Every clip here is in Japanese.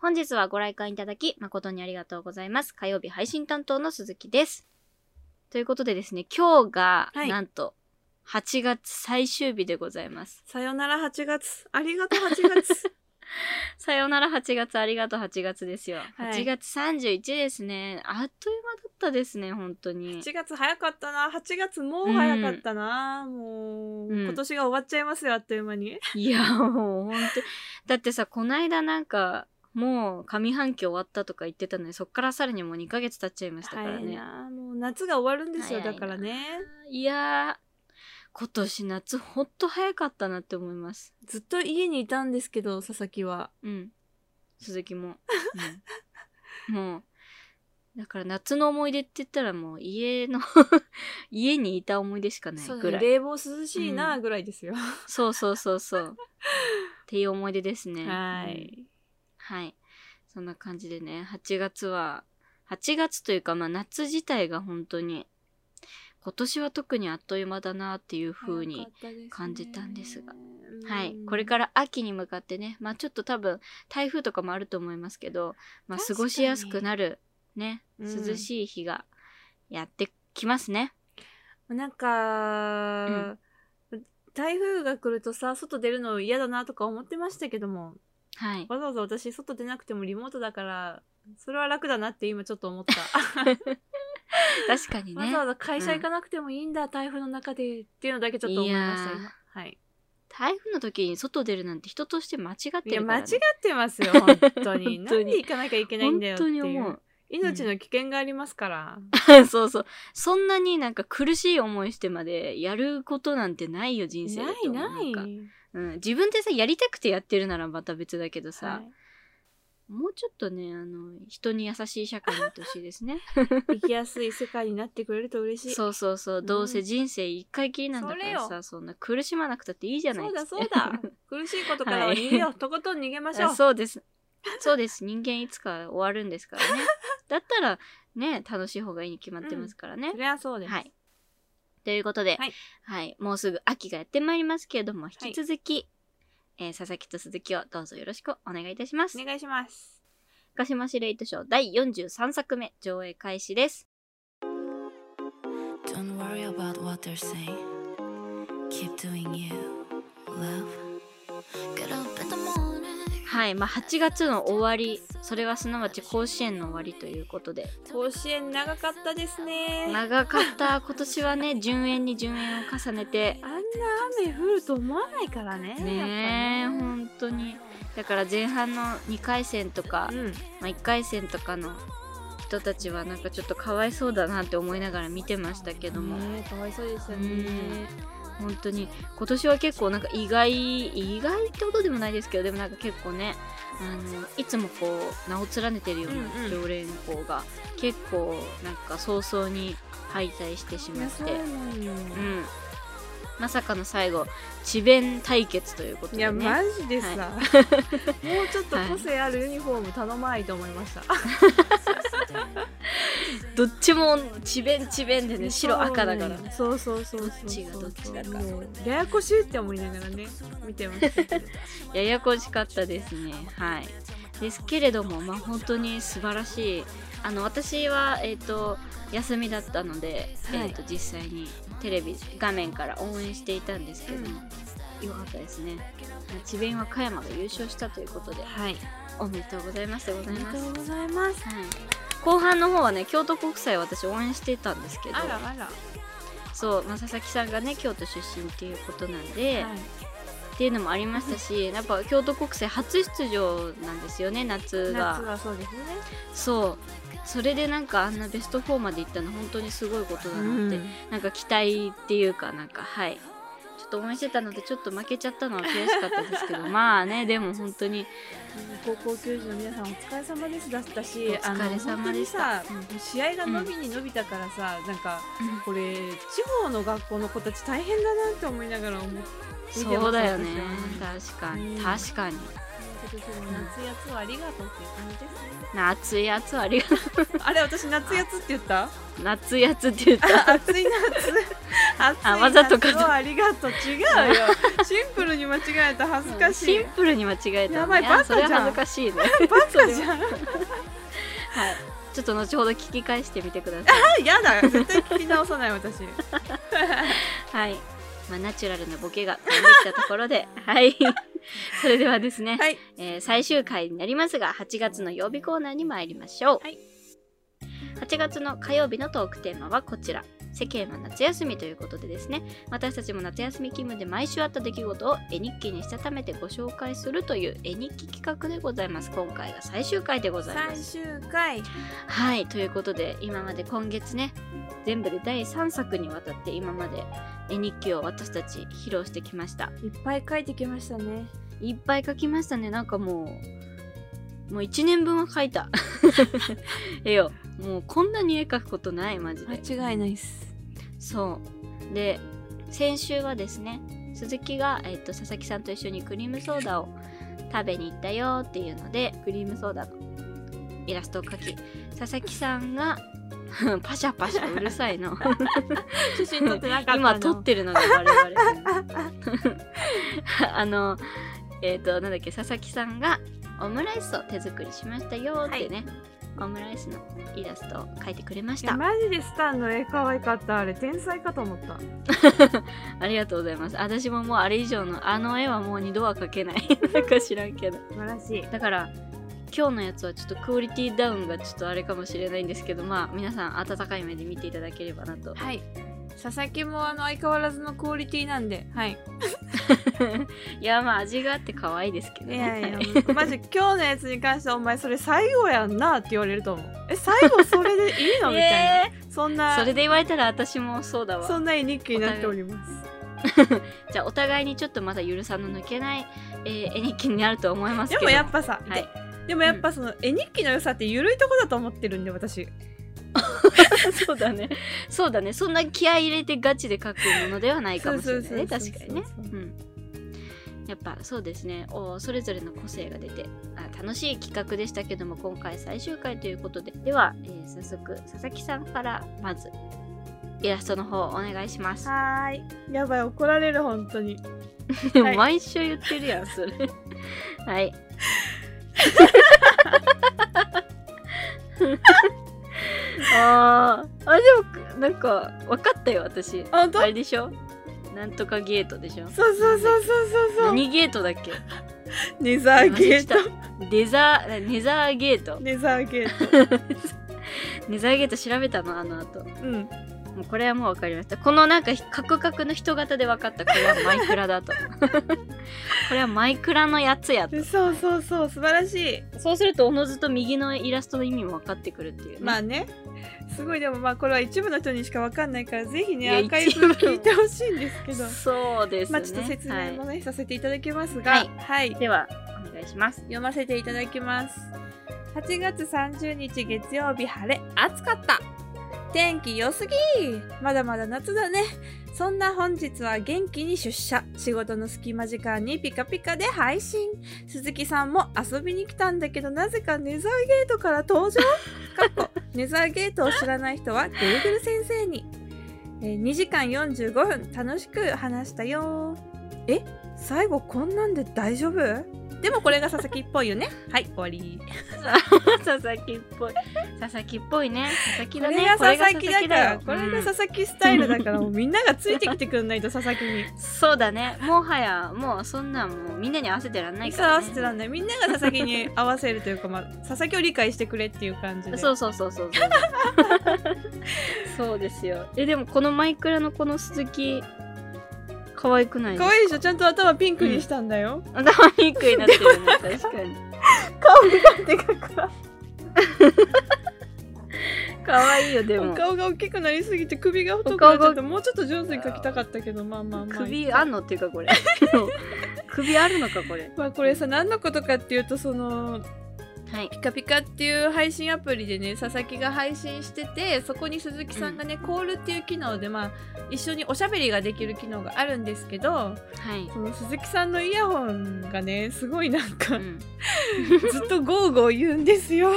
本日はご来館いただき誠にありがとうございます。火曜日配信担当の鈴木です。ということでですね、今日が、なんと8月最終日でございます。 さよなら8月。ありがとう8月。 さよなら8月、ありがとう8月ですよ。8月31ですね。あっという間だったですね、本当に。 8月早かったな。8月もう早かったな。もう、今年が終わっちゃいますよ、あっという間に。 いや、もう本当だってさ、こないだなんか、もう上半期終わったとか言ってたのに、そっからさらにもう2ヶ月経っちゃいましたからね。 もう夏が終わるんですよ、だからね。 いやー、今年夏ほんと早かったなって思います。 ずっと家にいたんですけど、佐々木は。 鈴木も。もう、だから夏の思い出って言ったらもう家家にいた思い出しかないぐらい。 冷房涼しいなぐらいですよ。 そうそうそうそう。っていう思い出ですね。 はい。 はい。そんな感じでね、8月というか、まあ夏自体が本当に、今年は特にあっという間だなっていう風に感じたんですが。はい。これから秋に向かってね、まあちょっと多分台風とかもあると思いますけど、まあ過ごしやすくなるね、涼しい日がやってきますね。 なんか、台風が来るとさ、外出るの嫌だなとか思ってましたけども、 はい。 わざわざ私外出なくてもリモートだから、それは楽だなって今ちょっと思った。 確かにね。 わざわざ会社行かなくてもいいんだ、台風の中でっていうのだけちょっと思いました今。はい。 台風の時に外出るなんて人として間違ってるからね。 いや間違ってますよ本当に。なんで行かなきゃいけないんだよっていう。 本当に思う。 命の危険がありますから。 そうそう。そんなになんか苦しい思いしてまでやることなんてないよ人生で。 ない。 自分でさやりたくてやってるならまた別だけどさ。もうちょっとね、人に優しい社会になってほしいですね。 生きやすい世界になってくれると嬉しい。 そうそうそう。どうせ人生一回きりなんだからさ、そんな苦しまなくたっていいじゃないですか。 そうだ。苦しいことからは逃げよう。とことん逃げましょう。 そうです。そうです。人間いつか終わるんですからね。だったら、ね、楽しい方がいいに決まってますからね。 そりゃそうです。 はい。ということで、はい。もうすぐ秋がやってまいりますけれども、引き続き、佐々木と鈴木をどうぞよろしくお願いいたします。 お願いします。 鹿島市レイトショー第43作目上映開始です。Don't worry about what they're saying. Keep doing you, love. Get up in the morning. はい、まあ8月の終わり、それはすなわち甲子園の終わりということで。 甲子園長かったですね。 長かった。今年はね、順延に順延を重ねて。 あんな雨降ると思わないからね。 ねえ、本当に。だから前半の2回戦とか、まあ1回戦とかの人たちはなんかちょっとかわいそうだなって思いながら見てましたけども。 かわいそうですよね。 本当に今年は結構なんか意外ってことでもないですけど、でもなんか結構ね、いつもこう名を連ねてるような常連校が結構なんか早々に敗退してしまって、まさかの最後智弁対決ということでね。 いやマジでさ、もうちょっと個性あるユニフォーム頼まないと思いました。 どっちも智弁でね、白赤だから。 そう。 どっちがどっちだか。 ややこしいって思いながらね見てましたけど。 ややこしかったですね。はい。ですけれども、まあ本当に素晴らしい。私は休みだったので、実際にテレビ画面から応援していたんですけども、よかったですね。智弁和歌山が優勝したということで、おめでとうございます。 おめでとうございます。 後半の方はね、京都国際を私応援していたんですけど、そう、まあ、佐々木さんがね京都出身っていうことなんで、っていうのもありましたし、やっぱ京都国際初出場なんですよね、夏が。 夏はそうですね。 そう、それでなんかあんなベスト4まで行ったの本当にすごいことだなって、なんか期待っていうかなんかちょっと応援してたのでちょっと負けちゃったのは悔しかったですけどまあね、でも本当に高校球児の皆さんお疲れ様ですだったし、 お疲れ様でした。 試合が伸びたからさ、なんかこれ地方の学校の子たち大変だなって思いながら見てました。 そうだよね、確かに、 今年も夏やつをありがとうっていう感じですね。 夏やつありがとあれ、私夏やつって言った？ う。夏やつって言った。 暑い夏わざとか夏をありがとう。違うよ。シンプルに間違えた。恥ずかしい。 シンプルに間違えた、ね。 やばいバカじゃんそれは恥ずかしいね。 バカじゃん。 はい。ちょっと後ほど聞き返してみてください。 あ、やだ。絶対聞き直さない私。 はい。まあ、ナチュラルなボケが飛んできたところで、はい。それではですね、 はい。 最終回になりますが、8月の曜日コーナーに参りましょう。 はい。 8月の火曜日のトークテーマはこちら。世間は夏休みということでですね、私たちも夏休み気分で毎週あった出来事を絵日記にしたためてご紹介するという絵日記企画でございます。今回が最終回でございます。 最終回。 はい、ということで今まで今月ね、全部で第3作にわたって今まで絵日記を私たち披露してきました。 いっぱい書いてきましたね。 いっぱい書きましたね。なんかもう1年分は書いた。えよ、もうこんなに絵描くことない、マジで。 間違いないっす。 そうで、先週はですね、鈴木が、佐々木さんと一緒にクリームソーダを食べに行ったよっていうので、クリームソーダのイラストを描き、佐々木さんがパシャパシャうるさいの。 写真撮ってなかったの。 今撮ってるのがバレバレ。なんだっけ、佐々木さんがオムライスを手作りしましたよってね、オムライスのイラストを描いてくれました。 マジでスタンの絵可愛かった。あれ天才かと思った。 ありがとうございます。私ももうあれ以上のあの絵はもう2度は描けない。なんか知らんけど。 素晴らしい。 だから今日のやつはちょっとクオリティダウンがちょっとあれかもしれないんですけど、まあ皆さん温かい目で見ていただければなと。 はい。佐々木も相変わらずのクオリティなんで、はい。 いや、まあ味があって可愛いですけどね。 いやいや、マジ今日のやつに関してはお前それ最後やんなって言われると思う。最後それでいいのみたいな。そんな。 それで言われたら私もそうだわ。 そんな絵日記になっております。 じゃあお互いにちょっとまだ許さの抜けない、絵日記になると思いますけど。 でもやっぱさ、 はい、 でもやっぱその絵日記の良さって緩いとこだと思ってるんで私。 そうだね。そうだね。そんな気合い入れてガチで描くものではないかもしれないね。確かにね。やっぱそうですね。それぞれの個性が出て楽しい企画でしたけども、今回最終回ということで。では、早速佐々木さんからまずイラストの方お願いします。 はーい。やばい、怒られる本当に。 でも毎週言ってるやん、それ。はい。でもなんか分かったよ、私。あれでしょ、なんとかゲートでしょ。 そう何ゲートだっけ。 ネザーゲート。 ネザーゲート。 ネザーゲート。 ネザーゲート調べたの、あの後。 うん。 もうこれはもう分かりました。このなんかカクカクの人型で分かった。これはマイクラだと。これはマイクラのやつやと。 そう素晴らしい。 そうするとおのずと右のイラストの意味も分かってくるっていうね。 まあね、すごい。でもまあこれは一部の人にしか分かんないから、ぜひねアーカイブ聞いてほしいんですけど。 そうですね。 まあちょっと説明もね、させていただきますが、はい。 ではお願いします。 読ませていただきます。8月30日月曜日、晴れ、暑かった。天気良すぎ。まだまだ夏だね。そんな本日は元気に出社。仕事の隙間時間にピカピカで配信。鈴木さんも遊びに来たんだけど、なぜかネザーゲートから登場。ネザーゲートを知らない人は Google 先生に。2時間45分楽しく話したよ。最後こんなんで大丈夫？でもこれが佐々木っぽいよね。はい、終わり。 佐々木っぽい。佐々木っぽいね。佐々木だね。 これが佐々木だから。これが佐々木スタイルだから、もうみんながついてきてくんないと、佐々木に。 そうだね。もはや、もうそんなんもうみんなに合わせてらんないから、ね。 合わせてらんない。みんなが佐々木に合わせるというか、まあ、佐々木を理解してくれっていう感じで。 そう。そうですよ。でもこのマイクラのこの鈴木、可愛くないですか？ 可愛いでしょ。ちゃんと頭ピンクにしたんだよ。 頭ピンクになってるね。確かに。 顔がでかくな可愛いよ。でも顔が大きくなりすぎて首が太くなっちゃって、もうちょっと上手に描きたかったけど、まあ。 首あんのっていうか、これ。首あるのか、これ。 まあこれさ、何のことかっていうと、そのはい。 ピカピカっていう配信アプリでね、佐々木が配信してて、そこに鈴木さんがね、コールっていう機能で、まあ、一緒におしゃべりができる機能があるんですけど、 はい。 その鈴木さんのイヤホンがね、すごいなんか、 うん、 ずっとゴーゴー言うんですよ。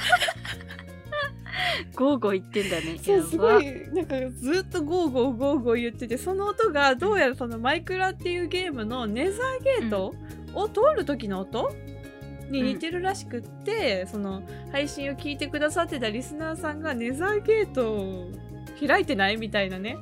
ゴーゴー言ってんだね。 そうすごいなんかずっとゴーゴーゴーゴー言ってて、その音がどうやらそのマイクラっていうゲームのネザーゲートを通る時の音に似てるらしくって、その配信を聞いてくださってたリスナーさんがネザーゲートを開いてないみたいなね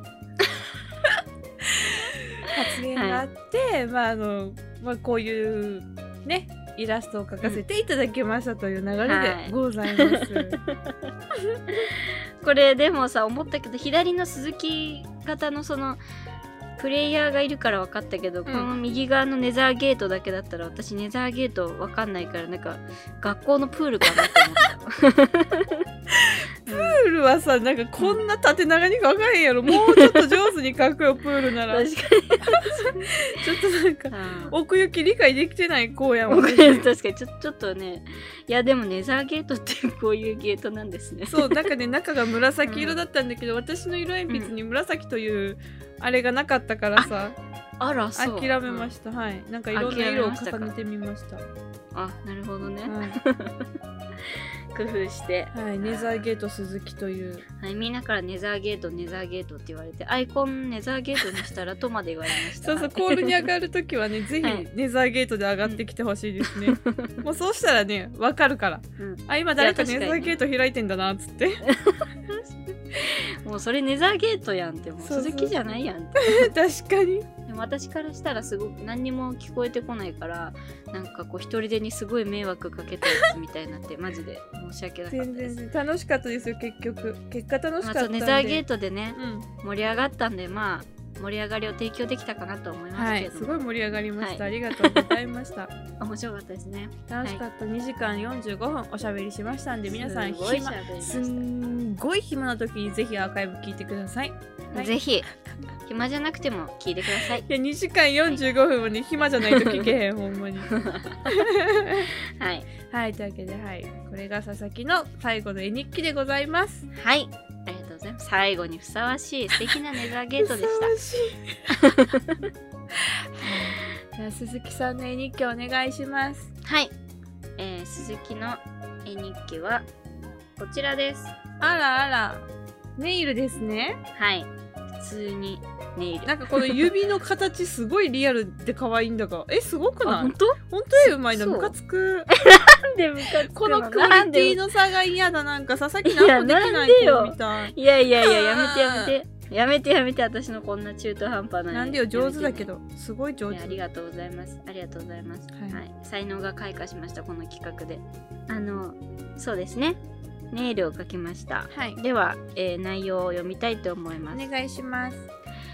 発言があって、はい、まあこういうねイラストを描かせていただきましたという流れでございます、はい、 これでもさ思ったけど、左の鈴木型のそのプレイヤーがいるから分かったけど、この右側のネザーゲートだけだったら私ネザーゲート分かんないから、なんか学校のプールかなと思ったプールはさ、なんかこんな縦長に描かへんやろ。もうちょっと上手に描くよプールなら。確かにちょっとなんか奥行き理解できてない子やもんね。 確かにちょっとね。いやでもネザーゲートってこういうゲートなんですね。 そう、なんかね、中が紫色だったんだけど、私の色鉛筆に紫というあれがなかったからさ、 あらそう諦めました、はい。なんかいろんな色を重ねてみました。 あ、なるほどね、工夫して、 はい、ネザーゲート鈴木という、 はい、みんなからネザーゲートって言われて、アイコンネザーゲートにしたらとまで言われました。 そうそう、コールに上がるときはねぜひネザーゲートで上がってきてほしいですね、もうそうしたらねわかるから、あ、今誰かネザーゲート開いてんだなっつってもうそれネザーゲートやんって、もう鈴木じゃないやんって確かに。 でも私からしたらすごく何にも聞こえてこないから、なんかこう一人でにすごい迷惑かけたやつみたいになってマジで申し訳なかったです。 全然楽しかったですよ。結果楽しかったんで、 ネザーゲートでね、盛り上がったんで、まあ盛り上がりを提供できたかなと思いますけど、 はい、すごい盛り上がりました、ありがとうございました面白かったですね。 楽しかった、2時間45分おしゃべりしましたんで、皆さんすんごい暇な時にぜひアーカイブ聞いてください、 ぜひ暇じゃなくても聞いてください。 いや2時間45分はね、暇じゃないと聞けへんほんまにはいはい、というわけで、はい、これが佐々木の最後の絵日記でございます。 はい、ありがとうございます。最後にふさわしい素敵なネザーゲートでした。 じゃあ鈴木さんの絵日記お願いします。 はい、鈴木の絵日記はこちらです。 あらあら、ネイルですね。 はい、普通にネイル。 なんかこの指の形すごいリアルで可愛いんだが、すごくない？ 本当絵うまいの、ムカつく。 なんでムカつくの？ このクオリティの差が嫌だ。なんか佐々木なんもできない子みたい。 いややめて私のこんな中途半端な。 なんでよ、上手だけどすごい上手。 ありがとうございます。はい、才能が開花しました、この企画で。そうですね、ネイルを描きました。はい、では、内容を読みたいと思います。 お願いします。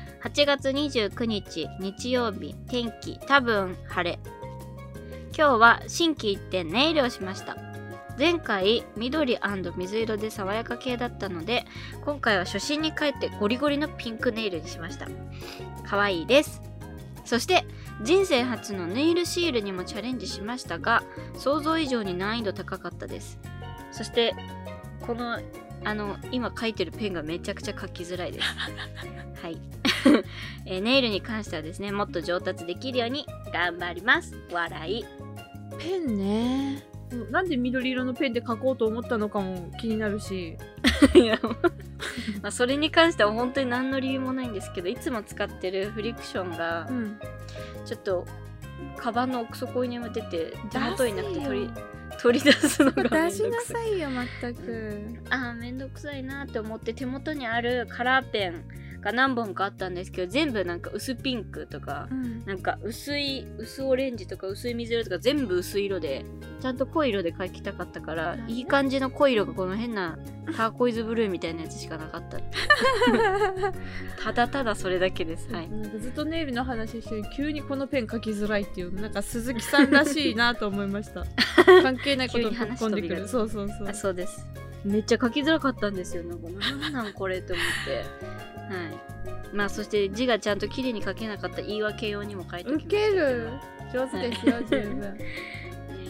8月29日日曜日、天気多分晴れ。今日は心機一転ネイルをしました。前回緑&水色で爽やか系だったので、今回は初心に帰ってゴリゴリのピンクネイルにしました。可愛いです。そして人生初のネイルシールにもチャレンジしましたが、想像以上に難易度高かったです。そしてこの今描いてるペンがめちゃくちゃ描きづらいです。はいネイルに関してはですね、もっと上達できるように頑張ります。笑い。 ペンね、なんで緑色のペンで描こうと思ったのかも気になるしいやまあそれに関しては本当に何の理由もないんですけど、いつも使ってるフリクションがちょっとカバンの奥底に眠ってて、手元になくて取り出すのがめんどくさい。 出しなさいよ、まったく。 めんどくさいなって思って、手元にあるカラーペンが何本かあったんですけど、全部なんか薄ピンクとか、なんか薄オレンジとか薄い水色とか全部薄い色で、ちゃんと濃い色で描きたかったから、いい感じの濃い色がこの変なターコイズブルーみたいなやつしかなかったただただそれだけです。はい、 なんかずっとネイルの話してる、急にこのペン描きづらいっていう、なんか鈴木さんらしいなと思いました関係ないことを突っ込んでくる。 そうです。めっちゃ描きづらかったんですよ。なんなんこれって思ってはい。まあそして字がちゃんと綺麗に書けなかった言い訳用にも書いておきました。 ウケる。上手ですよ、十分。 いや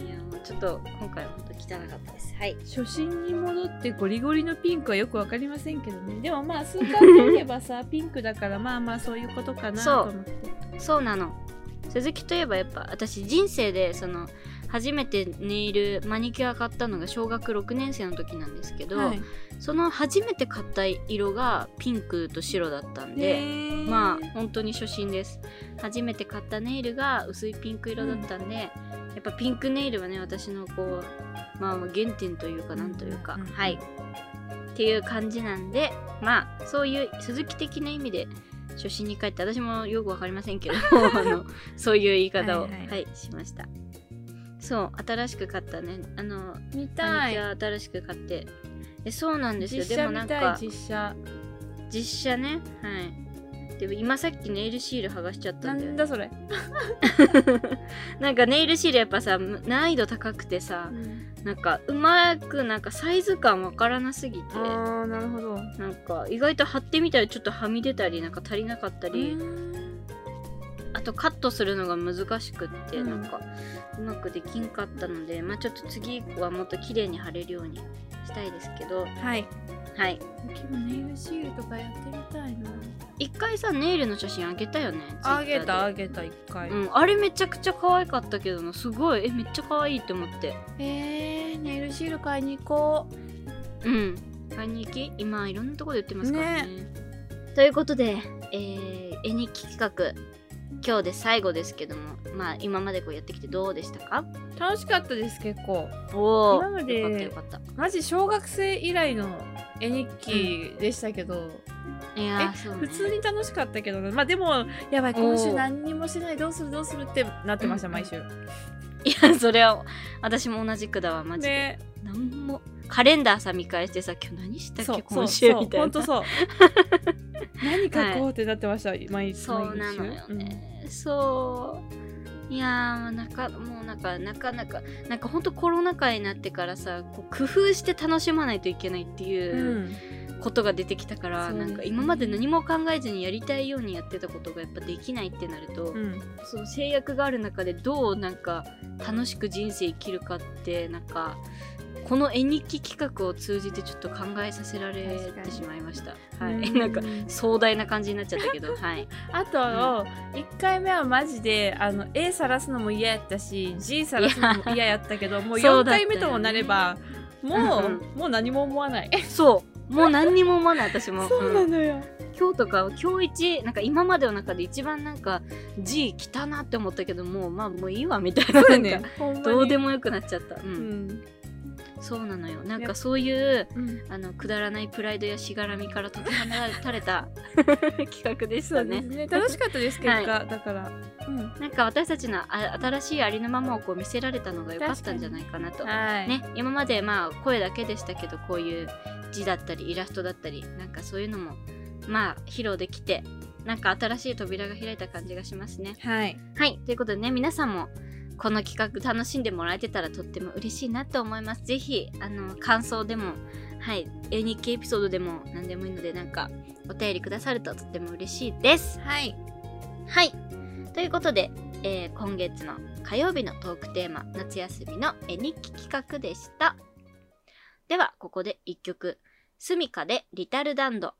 ちょっと今回は本当汚かったです。はい。 初心に戻ってゴリゴリのピンクはよくわかりませんけどね。でもまあスーパーといえばさピンクだからまあまあそういうことかなと思って。 そうなの。鈴木といえばやっぱ私人生でその初めてネイルマニキュア買ったのが小学6年生の時なんですけど、はい、その初めて買った色がピンクと白だったんで、まあ本当に初心です。初めて買ったネイルが薄いピンク色だったんで、やっぱピンクネイルはね私のこうまあ原点というかなんというか、はいっていう感じなんで、まあそういう鈴木的な意味で初心に帰って私もよくわかりませんけどそういう言い方をはいしました。そう新しく買ったね見たい。 新しく買ってそうなんですよ。でもなんか実写ね、はい。でも今さっきネイルシール剥がしちゃったんだよ、ね、 なんだそれなんかネイルシールやっぱさ難易度高くてさ、なんかうまくなんかサイズ感わからなすぎて、 なるほど。 なんか意外と貼ってみたらちょっとはみ出たりなんか足りなかったり、あとカットするのが難しくって、なんかうまくできんかったので、まあちょっと次はもっと綺麗に貼れるようにしたいですけど、 はいはい。 でもネイルシールとかやってみたいな。 一回さネイルの写真あげたよね。 あげた一回。 あれめちゃくちゃ可愛かったけどな、すごいめっちゃ可愛いって思って。 ネイルシール買いに行こう。買いに行き今いろんなところで売ってますからね。ということで、絵日記企画今日で最後ですけども、まあ今までこうやってきてどうでしたか？ 楽しかったです。結構今までよかったマジ小学生以来の絵日記でしたけど、 いやそうね、 普通に楽しかったけどね。まあでもやばい今週何にもしないどうするってなってました、毎週。 いやそれは私も同じくだわマジで。なんもカレンダーさ見返してさ今日何したっけ今週みたいな。 ほんとそう何書こうってなってました、毎週。 そうなのよね、そういやなかなかほんとコロナ禍になってからさこう工夫して楽しまないといけないっていうことが出てきたから、なんか今まで何も考えずにやりたいようにやってたことがやっぱできないってなると、その制約がある中でどうなんか楽しく人生生きるかってなんかこの絵日記企画を通じてちょっと考えさせられてしまいました。はい、なんか壮大な感じになっちゃったけど、はい。 あと、1回目はマジでA さらすのも嫌やったし G さらすのも嫌やったけど、もう4回目ともなればもう何も思わない。 そうもう何にも思わない私も。 そうなのよ。 今日とか今日なんか今までの中で一番なんか G 来たなって思ったけどもまあもういいわみたいな、なんかどうでもよくなっちゃった。そうなのよ。なんかそういう、くだらないプライドやしがらみから解き放たれた企画でしたね。 楽しかったです結果、だから、 なんか私たちの新しいありのままをこう見せられたのが良かったんじゃないかなと。ね、今までまあ声だけでしたけどこういう字だったりイラストだったりなんかそういうのもまあ披露できてなんか新しい扉が開いた感じがしますね。はい、ということでね皆さんもこの企画楽しんでもらえてたらとっても嬉しいなと思います。ぜひ感想でも絵日記エピソードでも何でもいいのでなんかお便りくださるととっても嬉しいです。ということで、今月の火曜日のトークテーマ夏休みの絵日記企画でした。ではここで1曲スミカでリタルダンド。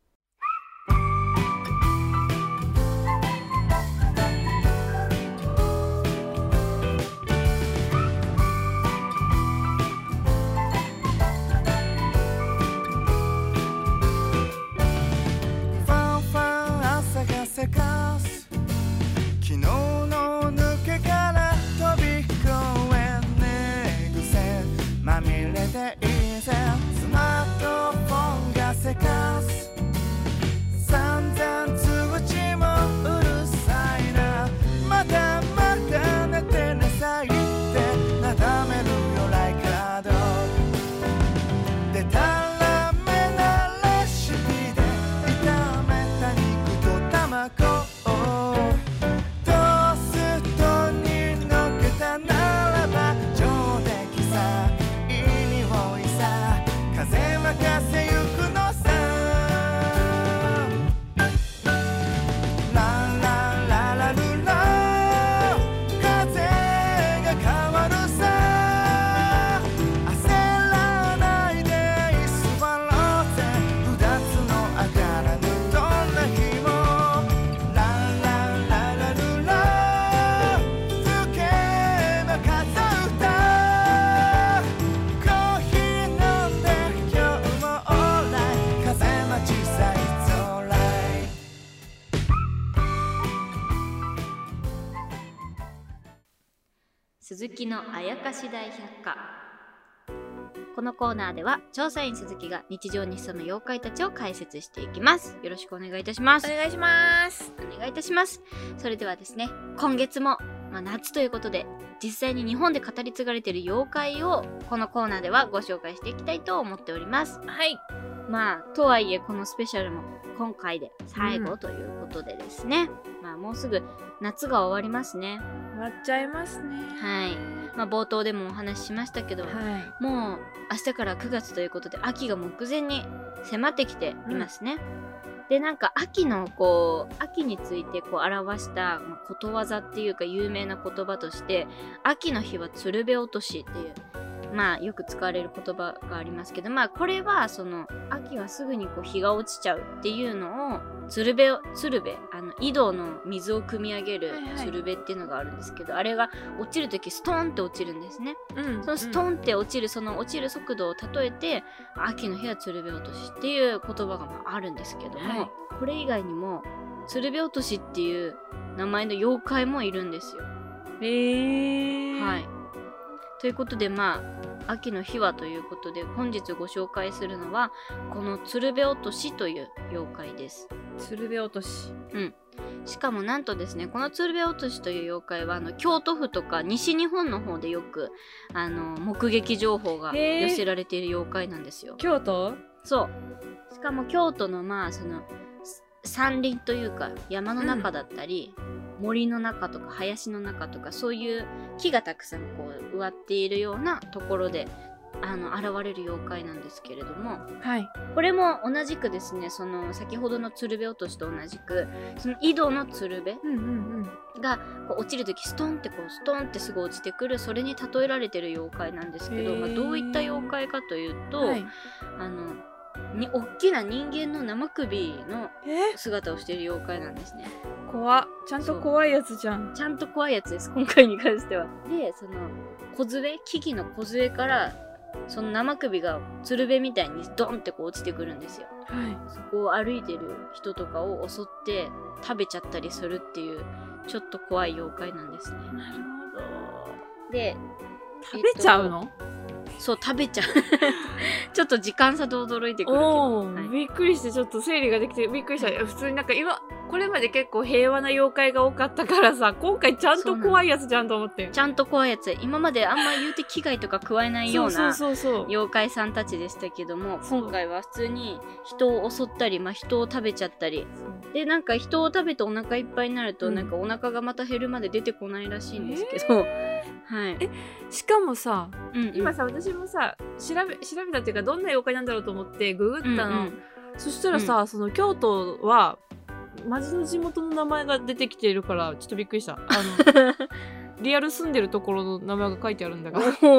昨日の抜けから飛び越え寝癖まみれて以前スマートフォンがせかす散々通知もうるさいなまだまだ寝てなさいってなだめるよライカードでたらめなレシピで炒めた肉と卵任せゆくのさ鈴木のあやかし大百科。このコーナーでは調査員鈴木が日常に潜む妖怪たちを解説していきます。よろしくお願いいたします。 お願いします。 お願いいたします。それではですね、今月も、夏ということで実際に日本で語り継がれている妖怪をこのコーナーではご紹介していきたいと思っております。 はい。 とはいえこのスペシャルも今回で最後ということでですね、もうすぐ夏が終わりますね。 終わっちゃいますね。 はい。冒頭でもお話ししましたけど、もう明日から9月ということで秋が目前に迫ってきていますね。で、なんか秋の秋について表したことわざっていうか有名な言葉として秋の日は鶴瓶落としっていうよく使われる言葉がありますけど、これはその秋はすぐに日が落ちちゃうっていうのを鶴瓶井戸の水を汲み上げる鶴瓶っていうのがあるんですけど、あれが落ちるときストーンって落ちるんですね。そのストーンって落ちるその落ちる速度を例えて秋の日は鶴瓶落としっていう言葉があるんですけども、これ以外にも鶴瓶落としっていう名前の妖怪もいるんですよ。はい。ということで秋の日はということで本日ご紹介するのはこの鶴瓶落としという妖怪です。 鶴瓶落とし。 しかもなんとですね、この鶴瓶落としという妖怪は京都府とか西日本の方でよく目撃情報が寄せられている妖怪なんですよ。 京都？ そう。しかも京都のその山林というか山の中だったり、森の中とか林の中とかそういう木がたくさん植わっているようなところで現れる妖怪なんですけれども、これも同じくですね、その先ほどの鶴瓶落としと同じくその井戸の鶴瓶が落ちるときストンってすぐ落ちてくる、それに例えられてる妖怪なんですけど、どういった妖怪かというと、大きな人間の生首の姿をしている妖怪なんですね。 怖っ。ちゃんと怖いやつじゃん。 ちゃんと怖いやつです、今回に関しては。で、その木々の梢からその生首が鶴瓶みたいにドンって落ちてくるんですよ。そこを歩いてる人とかを襲って食べちゃったりするっていうちょっと怖い妖怪なんですね。 なるほど。 で、 食べちゃうの？ そう、食べちゃう。ちょっと時間差で驚いてくるけど、 びっくりしてちょっと整理ができてびっくりした。普通にこれまで結構平和な妖怪が多かったからさ、今回ちゃんと怖いやつじゃんと思って。 ちゃんと怖いやつ。今まであんま言うて危害とか加えないような妖怪さんたちでしたけども、今回は普通に人を襲ったり、人を食べちゃったり。で、なんか人を食べてお腹いっぱいになると、なんかお腹がまた減るまで出てこないらしいんですけど。 しかもさ、今さ、私もさ、調べたっていうか、どんな妖怪なんだろうと思ってググったの。そしたらさ、その京都は、マジの地元の名前が出てきているから、ちょっとびっくりした。リアル住んでるところの名前が書いてあるんだが。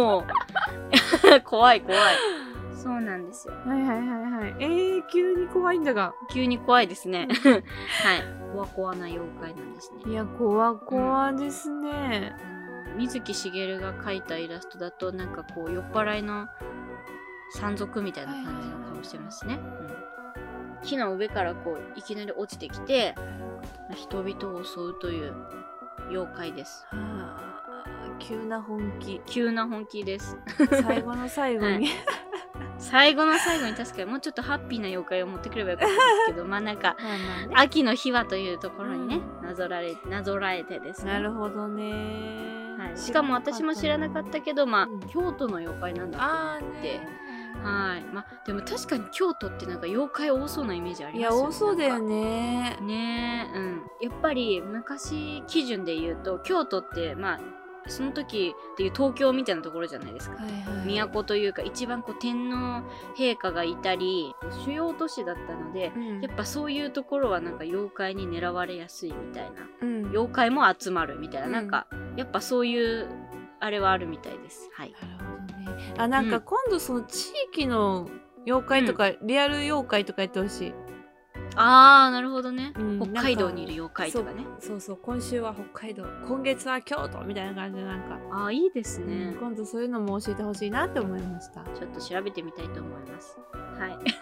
怖い。そうなんですよ。 急に怖いんだが。 急に怖いですね。怖な妖怪なんですね。 いや、怖ですね。 水木しげるが描いたイラストだとなんか酔っ払いの山賊みたいな感じの顔してますね。木の上からいきなり落ちてきて人々を襲うという妖怪です。 急な本気です。最後の最後に最後の最後に確かにもうちょっとハッピーな妖怪を持ってくればよかったんですけど、なんか秋の日はというところにね、なぞらえてですね。 なるほどね。 しかも私も知らなかったけど、京都の妖怪なんだと思って。でも確かに京都ってなんか妖怪多そうなイメージありますよね。 いや、多そうだよね。 やっぱり昔基準で言うと京都ってその時っていう東京みたいなところじゃないですか。都というか一番天皇陛下がいたり主要都市だったので、やっぱそういうところはなんか妖怪に狙われやすいみたいな、妖怪も集まるみたいな、なんかやっぱそういうあれはあるみたいです。なるほどね。なんか今度その地域の妖怪とか、リアル妖怪とかやってほしい。 なるほどね。北海道にいる妖怪とかね。 そう、今週は北海道、今月は京都みたいな感じでなんか。 いいですね。 今度そういうのも教えてほしいなって思いました。 ちょっと調べてみたいと思います。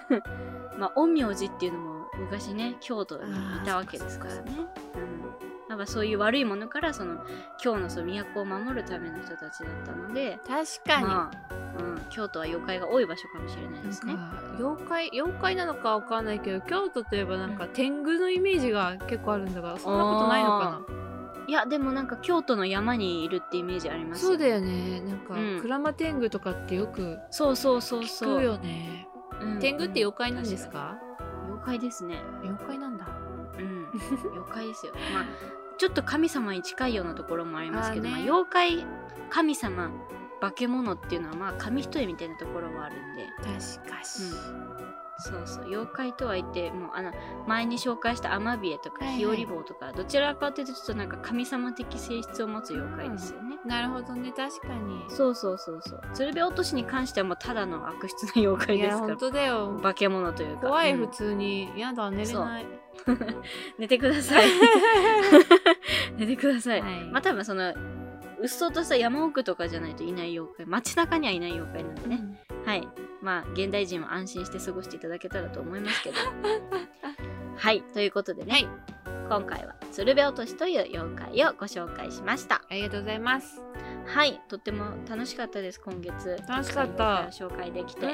陰陽師っていうのも昔ね、京都にいたわけですからね。 やっぱそういう悪いものからその京のその都を守るための人たちだったので、 確かに、 まあ京都は妖怪が多い場所かもしれないですね。 妖怪なのかわかんないけど、京都といえばなんか天狗のイメージが結構あるんだが、そんなことないのかな。 いやでもなんか京都の山にいるってイメージありますよ。 そうだよね。なんか、鞍馬天狗とかってよく聞くよね。天狗って妖怪なんですか？ 妖怪ですね。 妖怪なんだ。 妖怪ですよ。まあちょっと神様に近いようなところもありますけど、まあ、妖怪、神様、化け物っていうのはまあ紙一重みたいなところはあるんで。 確かに。 そうそう、妖怪とは言ってもう前に紹介したアマビエとか日和棒とか、どちらかというとちょっとなんか神様的性質を持つ妖怪ですよね。 なるほどね、確かに。 そう鶴瓶落としに関してはもうただの悪質な妖怪ですから。 いや本当だよ。 化け物というか怖い、普通に。やだ、寝れない。 寝てください。寝てください。まあ多分そのうっそうとした山奥とかじゃないといない妖怪、街中にはいない妖怪なんでね。はい。まあ現代人は安心して過ごしていただけたらと思いますけど。はい。ということでね、今回は鶴瓶落としという妖怪をご紹介しました。 ありがとうございます。 はい。とっても楽しかったです。今月楽しかった。 紹介できて、はい。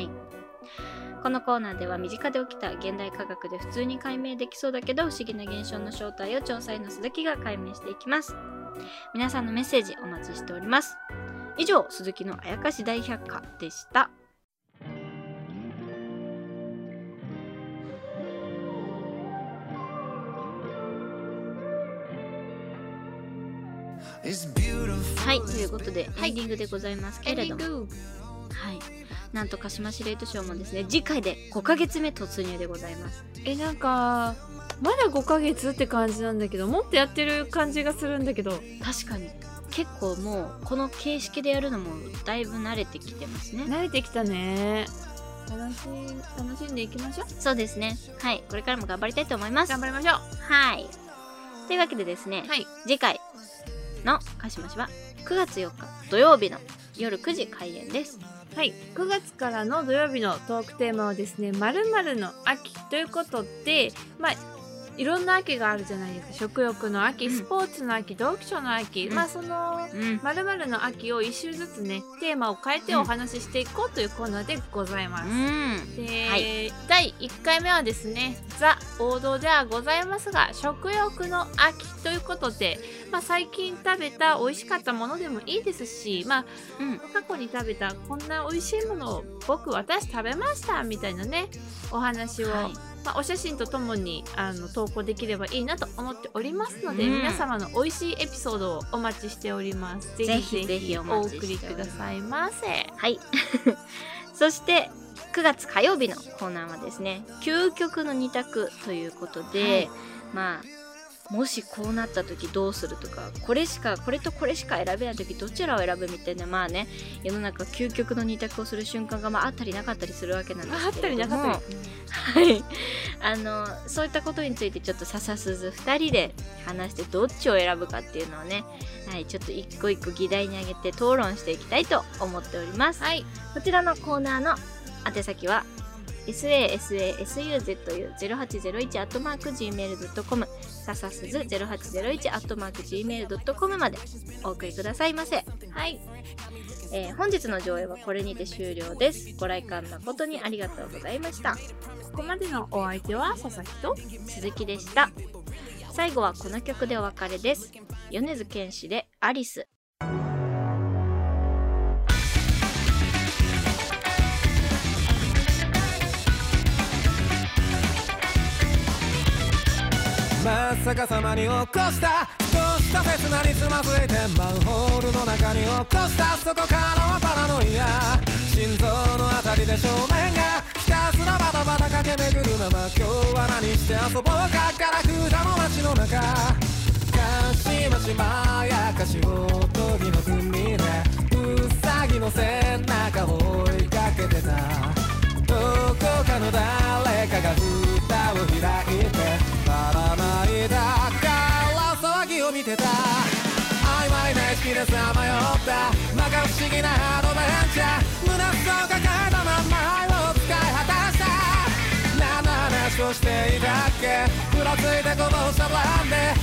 このコーナーでは身近で起きた現代科学で普通に解明できそうだけど不思議な現象の正体を調査員の鈴木が解明していきます。皆さんのメッセージお待ちしております。以上、鈴木のあやかし大百科でした。はい、ということで、エンディングでございますけれども、はい、なんと鹿島司令塔賞もですね、次回で5ヶ月目突入でございます。 なんかまだ5ヶ月って感じなんだけど、もっとやってる感じがするんだけど。 確かに結構もうこの形式でやるのもだいぶ慣れてきてますね。 慣れてきたね。楽しんでいきましょう。 そうですね。はい、これからも頑張りたいと思います。 頑張りましょう。 はい。というわけでですね、次回の鹿島市は9月4日土曜日の夜9時開演です。 はい、9月からの土曜日のトークテーマはですね、〇〇の秋ということで、まあいろんな秋があるじゃないですか。食欲の秋、スポーツの秋、読書の秋、まあその〇〇の秋を一周ずつね、テーマを変えてお話ししていこうというコーナーでございます。で、第1回目はですね、ザ王道ではございますが、食欲の秋ということで、まあ最近食べた美味しかったものでもいいですし、まあ、過去に食べたこんな美味しいものを私食べましたみたいなね、お話を、まあ、お写真とともに投稿できればいいなと思っておりますので、皆様の美味しいエピソードをお待ちしております。ぜひぜひお送りくださいませ。 はい。そして9月火曜日のコーナーはですね、究極の2択ということで、まあもしこうなった時どうするとか、これとこれしか選べない時どちらを選ぶみたいな、まあね、世の中究極の2択をする瞬間があったりなかったりするわけなんですけれども、はい、そういったことについてちょっと笹鈴2人で話してどっちを選ぶかっていうのをね、はい、ちょっと一個一個議題に挙げて討論していきたいと思っております。はい、こちらのコーナーの宛先はsasasuzu0801@gmail.com ささすず 0801@gmail.com までお送りくださいませ。はい、本日の上映はこれにて終了です。ご来館誠にありがとうございました。 ここまでのお相手は佐々木と鈴木でした。最後はこの曲でお別れです。米津玄師でアリス。 真っ逆さまに起こした少しした刹那につまずいてマンホールの中に起こしたそこからはパラノイア心臓のあたりで正面がひたすらバタバタ駆け巡るまま今日は何して遊ぼうかガラクタの街の中かしましまやかしを時の国でうさぎの背中を追いかけてたどこかの誰かが蓋を開いてばらまいたから騒ぎを見てた曖昧な意識でさまよった摩訶不思議なアドベンチャー胸くそを抱えたまんまを使い果たした何の話をしていたっけふらついてこぼしたブランデー